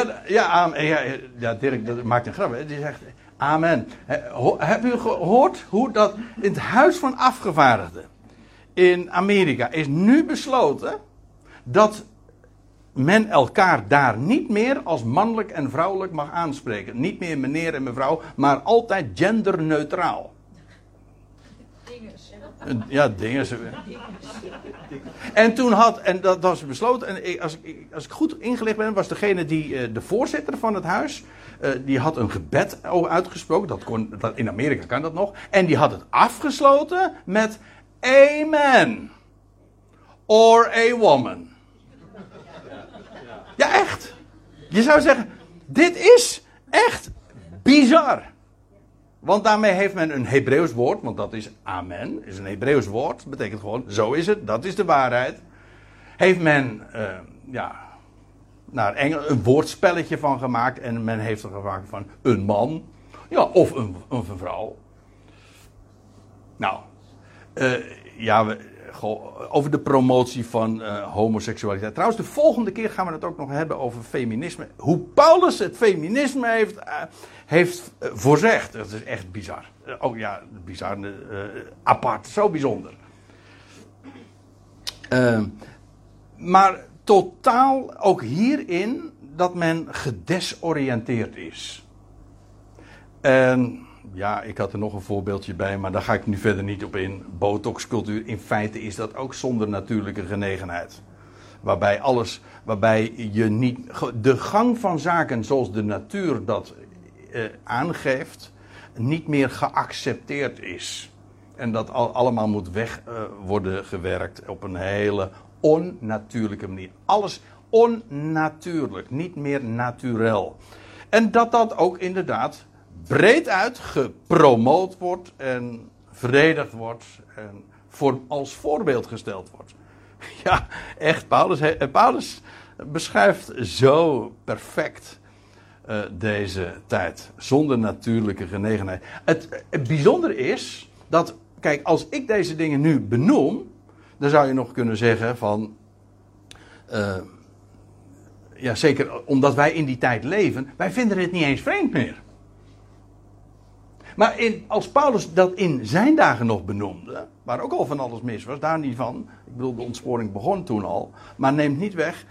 Dirk, dat maakt een grap. Die zegt, amen. Heb u gehoord hoe dat in het Huis van Afgevaardigden in Amerika is nu besloten dat men elkaar daar niet meer als mannelijk en vrouwelijk mag aanspreken. Niet meer meneer en mevrouw, maar altijd genderneutraal. Ja, dingen. En toen dat was besloten, en als ik goed ingelicht ben, was degene die de voorzitter van het huis, die had een gebed uitgesproken, in Amerika kan dat nog, en die had het afgesloten met Amen. Or a woman. Ja, echt. Je zou zeggen, dit is echt bizar. Want daarmee heeft men een Hebreeuws woord, want dat is amen, is een Hebreeuws woord. Dat betekent gewoon, zo is het, dat is de waarheid. Heeft men, naar een woordspelletje van gemaakt en men heeft er gemaakt van een man, ja, of een vrouw. Nou, over de promotie van homoseksualiteit. Trouwens, de volgende keer gaan we het ook nog hebben over feminisme. Hoe Paulus het feminisme heeft voorzegd. Dat is echt bizar. Bizar. Apart. Zo bijzonder. Maar totaal ook hierin dat men gedesoriënteerd is. En ja, ik had er nog een voorbeeldje bij, maar daar ga ik nu verder niet op in. Botoxcultuur, in feite is dat ook zonder natuurlijke genegenheid. Waarbij je niet de gang van zaken zoals de natuur dat aangeeft, niet meer geaccepteerd is. En dat allemaal moet weg worden gewerkt op een hele onnatuurlijke manier. Alles onnatuurlijk, niet meer naturel. En dat ook inderdaad breed uit gepromoot wordt en verdedigd wordt en als voorbeeld gesteld wordt. Ja, echt, Paulus beschrijft zo perfect deze tijd, zonder natuurlijke genegenheid. Het bijzondere is dat, kijk, als ik deze dingen nu benoem, dan zou je nog kunnen zeggen van, ja, zeker omdat wij in die tijd leven, wij vinden het niet eens vreemd meer. Maar als Paulus dat in zijn dagen nog benoemde, waar ook al van alles mis was, daar niet van. Ik bedoel, de ontsporing begon toen al, maar neemt niet weg.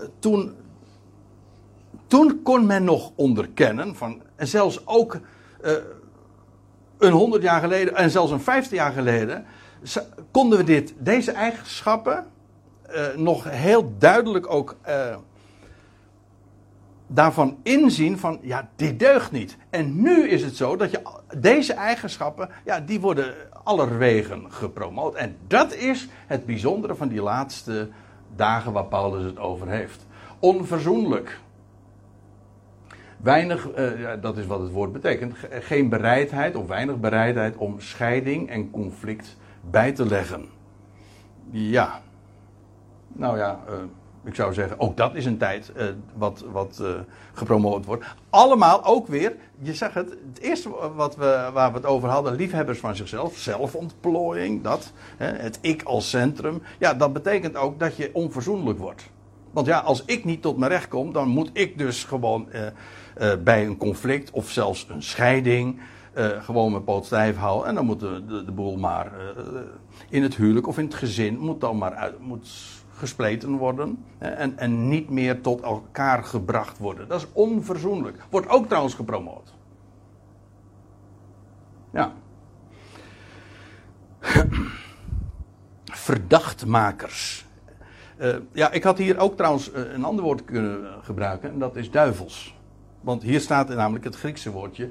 Toen kon men nog onderkennen, en zelfs ook een 100 jaar geleden, en zelfs een 50 jaar geleden, konden we deze eigenschappen nog heel duidelijk ook daarvan inzien van, ja, dit deugt niet. En nu is het zo dat je deze eigenschappen, ja, die worden allerwegen gepromoot. En dat is het bijzondere van die laatste dagen waar Paulus het over heeft. Onverzoenlijk. Weinig, dat is wat het woord betekent, geen bereidheid of weinig bereidheid om scheiding en conflict bij te leggen. Ja, nou ja, ik zou zeggen, ook dat is een tijd wat gepromoot wordt. Allemaal ook weer, je zegt het eerste waar we het over hadden, liefhebbers van zichzelf, zelfontplooiing, het ik als centrum. Ja, dat betekent ook dat je onverzoenlijk wordt. Want ja, als ik niet tot mijn recht kom, dan moet ik dus gewoon bij een conflict of zelfs een scheiding gewoon mijn poot stijf houden. En dan moet de boel maar in het huwelijk of in het gezin moet dan maar gespleten worden. En niet meer tot elkaar gebracht worden. Dat is onverzoenlijk. Wordt ook trouwens gepromoot. Ja. Verdachtmakers. Ja, ik had hier ook trouwens een ander woord kunnen gebruiken. En dat is duivels. Want hier staat namelijk het Griekse woordje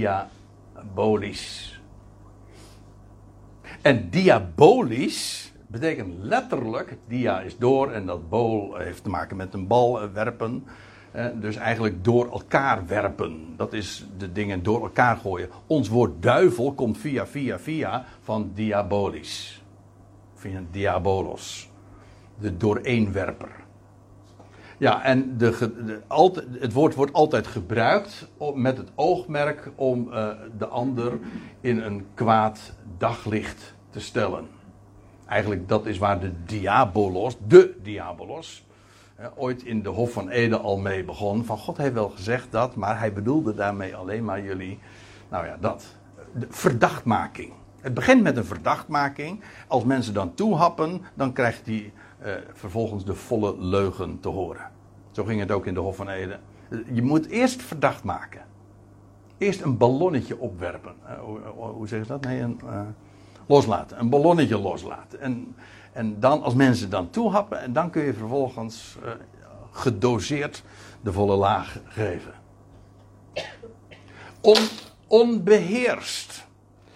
diabolis. En diabolis betekent letterlijk, dia is door en dat bol heeft te maken met een bal werpen. Dus eigenlijk door elkaar werpen. Dat is de dingen door elkaar gooien. Ons woord duivel komt via van diabolis. Via diabolos. De dooreenwerper. Ja, en het woord wordt altijd gebruikt met het oogmerk om de ander in een kwaad daglicht te stellen. Eigenlijk dat is waar de diabolos, ooit in de Hof van Eden al mee begon. Van God heeft wel gezegd dat, maar hij bedoelde daarmee alleen maar jullie. Nou ja, dat. De verdachtmaking. Het begint met een verdachtmaking. Als mensen dan toehappen, dan krijgt hij vervolgens de volle leugen te horen. Zo ging het ook in de Hof van Eden. Je moet eerst verdacht maken. Eerst een ballonnetje opwerpen. Hoe zeg je dat? Nee, loslaten. Een ballonnetje loslaten. En dan, als mensen dan toehappen, en dan kun je vervolgens gedoseerd de volle laag geven. Onbeheerst.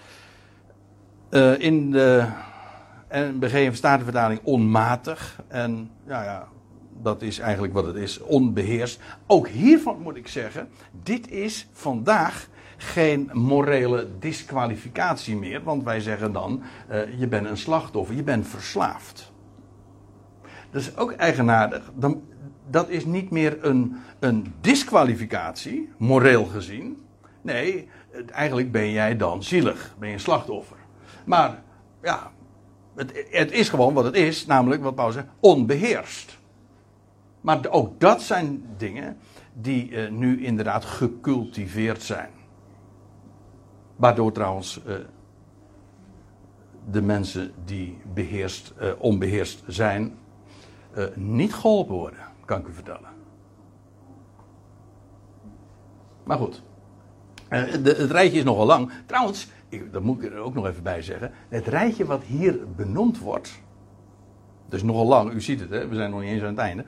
In de NBG Statenvertaling onmatig. En ja, dat is eigenlijk wat het is. Onbeheerst. Ook hiervan moet ik zeggen, dit is vandaag geen morele disqualificatie meer. Want wij zeggen dan, je bent een slachtoffer, je bent verslaafd. Dat is ook eigenaardig. Dat is niet meer een disqualificatie, moreel gezien. Nee, eigenlijk ben jij dan zielig, ben je een slachtoffer. Maar ja, het is gewoon wat het is, namelijk wat Paulus zegt, onbeheerst. Maar ook dat zijn dingen die nu inderdaad gecultiveerd zijn. Waardoor trouwens de mensen die onbeheerst zijn, niet geholpen worden, kan ik u vertellen. Maar goed, het rijtje is nogal lang. Trouwens, dat moet ik er ook nog even bij zeggen. Het rijtje wat hier benoemd wordt, dus nogal lang, u ziet het, hè? We zijn nog niet eens aan het einde.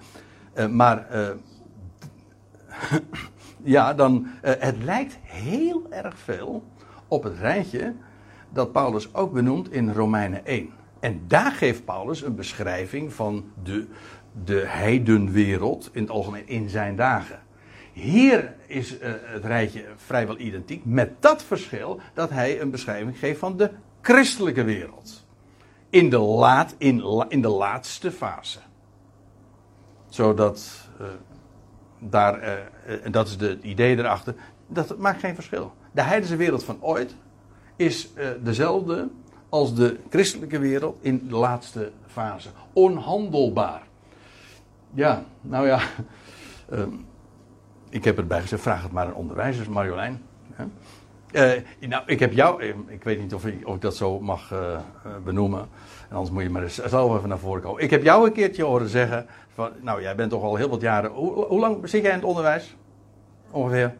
Ja, het lijkt heel erg veel op het rijtje dat Paulus ook benoemt in Romeinen 1. En daar geeft Paulus een beschrijving van de heidenwereld in het algemeen in zijn dagen. Hier is het rijtje vrijwel identiek, met dat verschil dat hij een beschrijving geeft van de christelijke wereld. In de laatste fase. Zodat en dat is het idee erachter, dat maakt geen verschil. De heidense wereld van ooit is dezelfde als de christelijke wereld in de laatste fase. Onhandelbaar. Ja, nou ja. Ik heb erbij gezegd, vraag het maar aan onderwijzers, Marjolein. Nou, ik heb jou, ik weet niet of ik dat zo mag benoemen. En anders moet je maar eens zelf even naar voren komen. Ik heb jou een keertje horen zeggen, van, nou jij bent toch al heel wat jaren, hoe lang zit jij in het onderwijs? Ongeveer?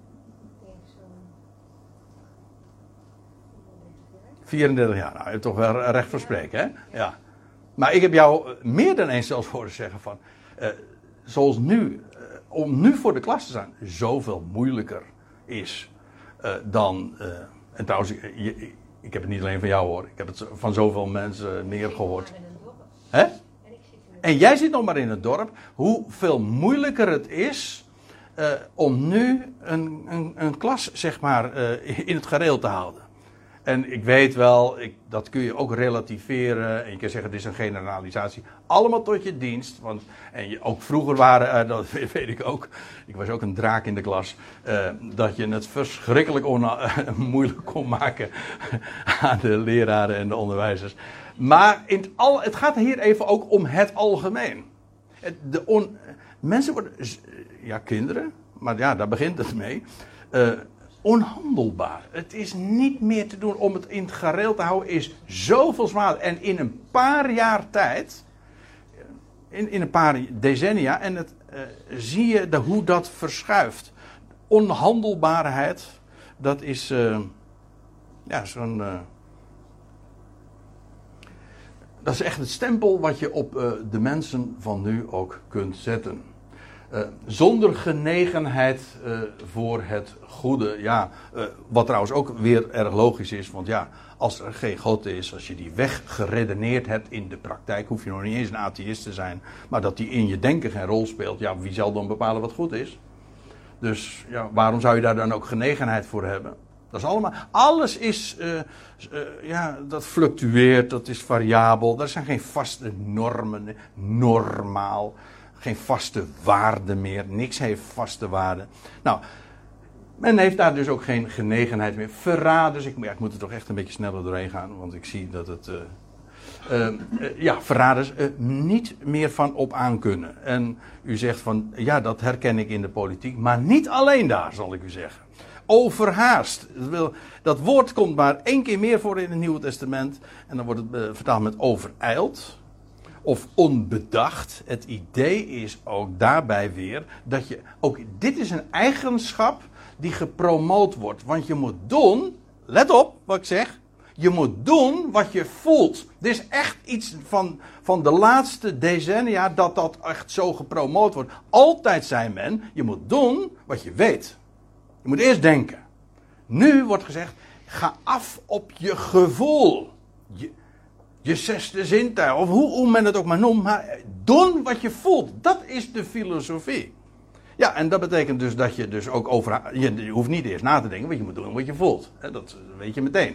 34 jaar. Nou, je hebt toch wel recht voor spreken, hè? Ja. Maar ik heb jou meer dan eens zelfs horen zeggen van, zoals nu, om nu voor de klas te staan, zoveel moeilijker is dan. En trouwens, ik heb het niet alleen van jou hoor. Ik heb het van zoveel mensen meer gehoord. Hè? En jij zit nog maar in het dorp. Hoeveel moeilijker het is om nu een klas, zeg maar, in het gareel te houden. En ik weet wel, dat kun je ook relativeren. En je kan zeggen, dit is een generalisatie. Allemaal tot je dienst. Ook vroeger waren, dat weet ik ook. Ik was ook een draak in de klas. Dat je het verschrikkelijk moeilijk kon maken aan de leraren en de onderwijzers. Maar het gaat hier even ook om het algemeen. Mensen worden, ja kinderen, maar ja, daar begint het mee. Onhandelbaar. Het is niet meer te doen om het in het gareel te houden, is zoveel zwaar. En in een paar jaar tijd, in een paar decennia, en zie je hoe dat verschuift. Onhandelbaarheid, dat is zo'n. Dat is echt het stempel wat je op de mensen van nu ook kunt zetten. Zonder genegenheid voor het goede. Ja, wat trouwens ook weer erg logisch is. Want ja, als er geen God is, als je die weggeredeneerd hebt in de praktijk, hoef je nog niet eens een atheïst te zijn, maar dat die in je denken geen rol speelt, ja, wie zal dan bepalen wat goed is? Dus ja, waarom zou je daar dan ook genegenheid voor hebben? Dat is allemaal, alles is, dat fluctueert, dat is variabel. Er zijn geen vaste normen, normaal. Geen vaste waarden meer. Niks heeft vaste waarden. Nou, men heeft daar dus ook geen genegenheid meer. Verraders, ik moet er toch echt een beetje sneller doorheen gaan, want ik zie dat het... verraders niet meer van op aan kunnen. En u zegt van, ja, dat herken ik in de politiek, maar niet alleen daar, zal ik u zeggen. Overhaast. Dat woord komt maar 1 keer meer voor in het Nieuwe Testament. En dan wordt het vertaald met overijld. Of onbedacht. Het idee is ook daarbij weer dat je... Ook dit is een eigenschap die gepromoot wordt. Want je moet doen... Let op wat ik zeg. Je moet doen wat je voelt. Dit is echt iets van de laatste decennia dat echt zo gepromoot wordt. Altijd zei men, je moet doen wat je weet. Je moet eerst denken. Nu wordt gezegd, ga af op je gevoel. Je zesde zintuig, of hoe men het ook maar noemt. Maar doen wat je voelt. Dat is de filosofie. Ja, en dat betekent dus dat je dus ook je hoeft niet eerst na te denken, want je moet doen wat je voelt. Dat weet je meteen.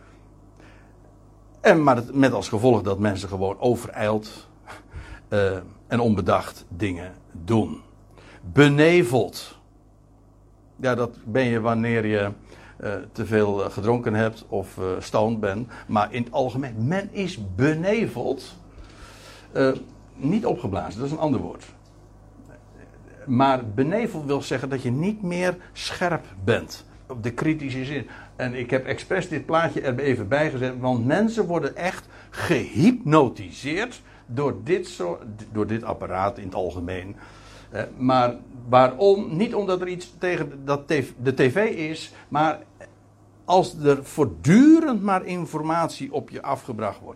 Maar met als gevolg dat mensen gewoon overijld en onbedacht dingen doen. Beneveld. Ja, dat ben je wanneer je te veel gedronken hebt of stoned bent. Maar in het algemeen, men is beneveld. Niet opgeblazen, dat is een ander woord. Maar beneveld wil zeggen dat je niet meer scherp bent. Op de kritische zin. En ik heb expres dit plaatje er even bij gezet. Want mensen worden echt gehypnotiseerd door dit apparaat in het algemeen. Maar waarom? Niet omdat er iets tegen de tv is. Maar als er voortdurend maar informatie op je afgebracht wordt.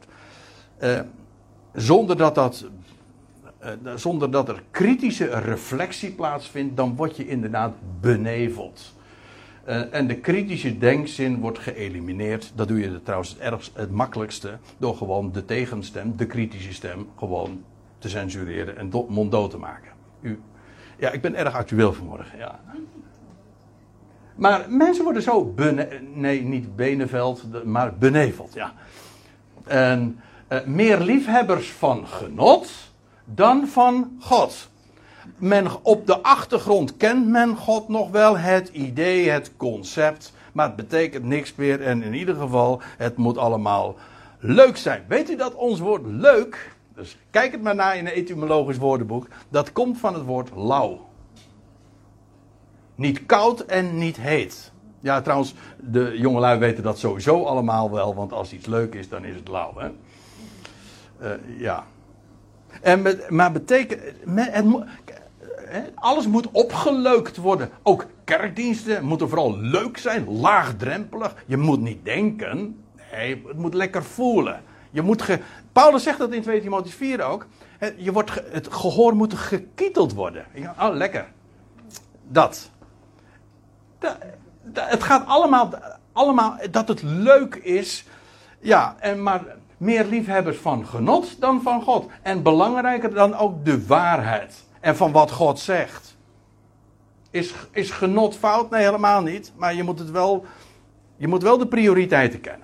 Zonder dat er kritische reflectie plaatsvindt. Dan word je inderdaad beneveld. En de kritische denkzin wordt geëlimineerd. Dat doe je trouwens het makkelijkste. Door gewoon de tegenstem, de kritische stem, gewoon te censureren en monddood te maken. Ja, ik ben erg actueel vanmorgen. Ja. Maar mensen worden zo niet beneveld, maar beneveld. Ja. En meer liefhebbers van genot dan van God. Op de achtergrond kent men God nog wel, het idee, het concept. Maar het betekent niks meer en in ieder geval, het moet allemaal leuk zijn. Weet u dat ons woord leuk, dus kijk het maar na in een etymologisch woordenboek, dat komt van het woord lauw. Niet koud en niet heet. Ja, trouwens, de jongelui weten dat sowieso allemaal wel, want als iets leuk is, dan is het lauw. Hè? Ja. Maar betekent... alles moet opgeleukt worden. Ook kerkdiensten moeten vooral leuk zijn, laagdrempelig. Je moet niet denken. Nee, het moet lekker voelen. Paulus zegt dat in 2 Timotheüs 4 ook. Het gehoor moet gekieteld worden. Oh, lekker. Het gaat allemaal dat het leuk is. Ja, maar meer liefhebbers van genot dan van God. En belangrijker dan ook de waarheid. En van wat God zegt. Is genot fout? Nee, helemaal niet. Maar je moet wel de prioriteiten kennen.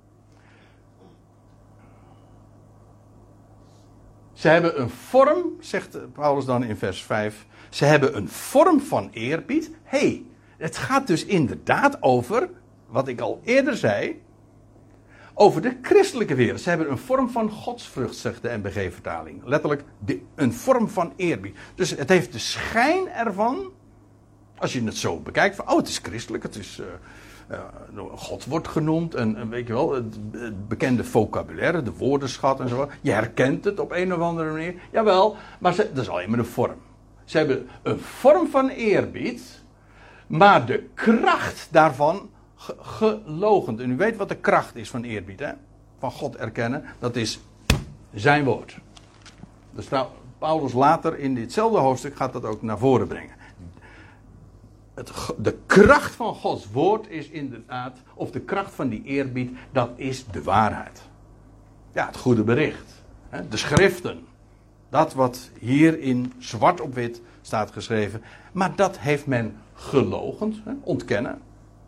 Ze hebben een vorm, zegt Paulus dan in vers 5. Ze hebben een vorm van eerbied. Het gaat dus inderdaad over, wat ik al eerder zei, over de christelijke wereld. Ze hebben een vorm van godsvrucht, zegt de NBG-vertaling. Letterlijk, een vorm van eerbied. Dus het heeft de schijn ervan, als je het zo bekijkt, van het is christelijk, het is... God wordt genoemd en weet je wel, het bekende vocabulaire, de woordenschat en zo. Je herkent het op een of andere manier. Jawel, maar dat is alleen maar een vorm. Ze hebben een vorm van eerbied, maar de kracht daarvan geloochend. En u weet wat de kracht is van eerbied, hè? Van God erkennen, dat is zijn woord. Dus Paulus later in ditzelfde hoofdstuk gaat dat ook naar voren brengen. de kracht van Gods woord is inderdaad, of de kracht van die eerbied, dat is de waarheid. Ja, het goede bericht. De schriften. Dat wat hier in zwart op wit staat geschreven. Maar dat heeft men geloochend, ontkennen.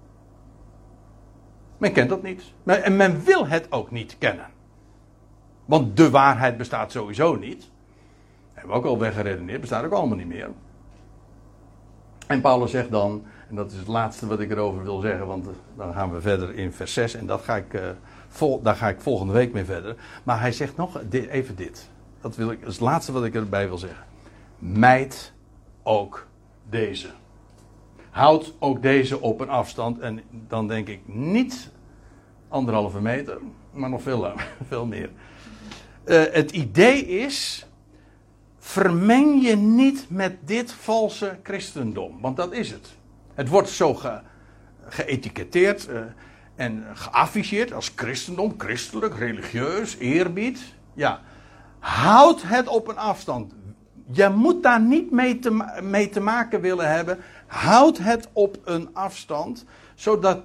Men kent dat niet. En men wil het ook niet kennen. Want de waarheid bestaat sowieso niet. Hebben we ook al weggeredeneerd, bestaat ook allemaal niet meer. En Paulus zegt dan, en dat is het laatste wat ik erover wil zeggen, want dan gaan we verder in vers 6 en daar ga ik volgende week mee verder. Maar hij zegt nog even dit. Dat is het laatste wat ik erbij wil zeggen. Mijd ook deze. Houd ook deze op een afstand. En dan denk ik niet 1,5 meter, maar nog veel meer. Het idee is, vermeng je niet met dit valse christendom. Want dat is het. Het wordt zo geëtiketteerd en geafficheerd als christendom, christelijk, religieus, eerbied. Ja, houd het op een afstand. Je moet daar niet mee te maken willen hebben. Houd het op een afstand, zodat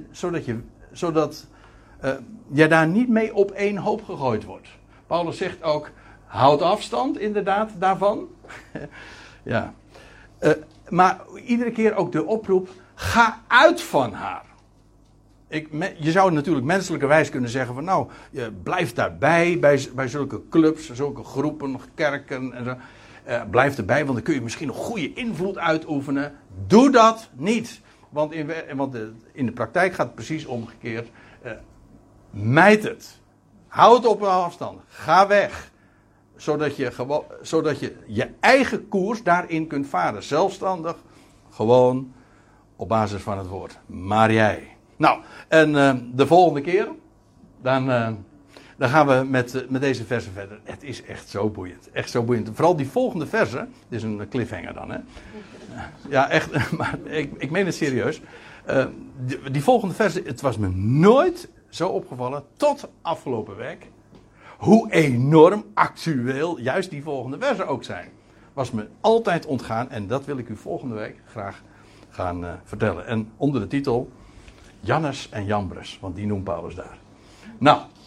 je daar niet mee op één hoop gegooid wordt. Paulus zegt ook, houd afstand inderdaad daarvan. Ja. Maar iedere keer ook de oproep, ga uit van haar. Je zou natuurlijk menselijkerwijs kunnen zeggen van nou, blijf daarbij bij zulke clubs, zulke groepen, kerken en zo. Blijf erbij, want dan kun je misschien nog goede invloed uitoefenen. Doe dat niet. Want in de praktijk gaat het precies omgekeerd. Mijd het. Houd op een afstand. Ga weg. Zodat je je eigen koers daarin kunt varen. Zelfstandig. Gewoon op basis van het woord. Maar jij. Nou, en de volgende keer. Dan gaan we met deze versen verder. Het is echt zo boeiend. Echt zo boeiend. Vooral die volgende versen. Dit is een cliffhanger dan, hè. Ja, echt. Maar ik meen het serieus. Die volgende versen. Het was me nooit zo opgevallen. Tot afgelopen week. Hoe enorm actueel juist die volgende versen ook zijn. Was me altijd ontgaan. En dat wil ik u volgende week graag gaan vertellen. En onder de titel Jannes en Jambres. Want die noemt Paulus daar. Nou.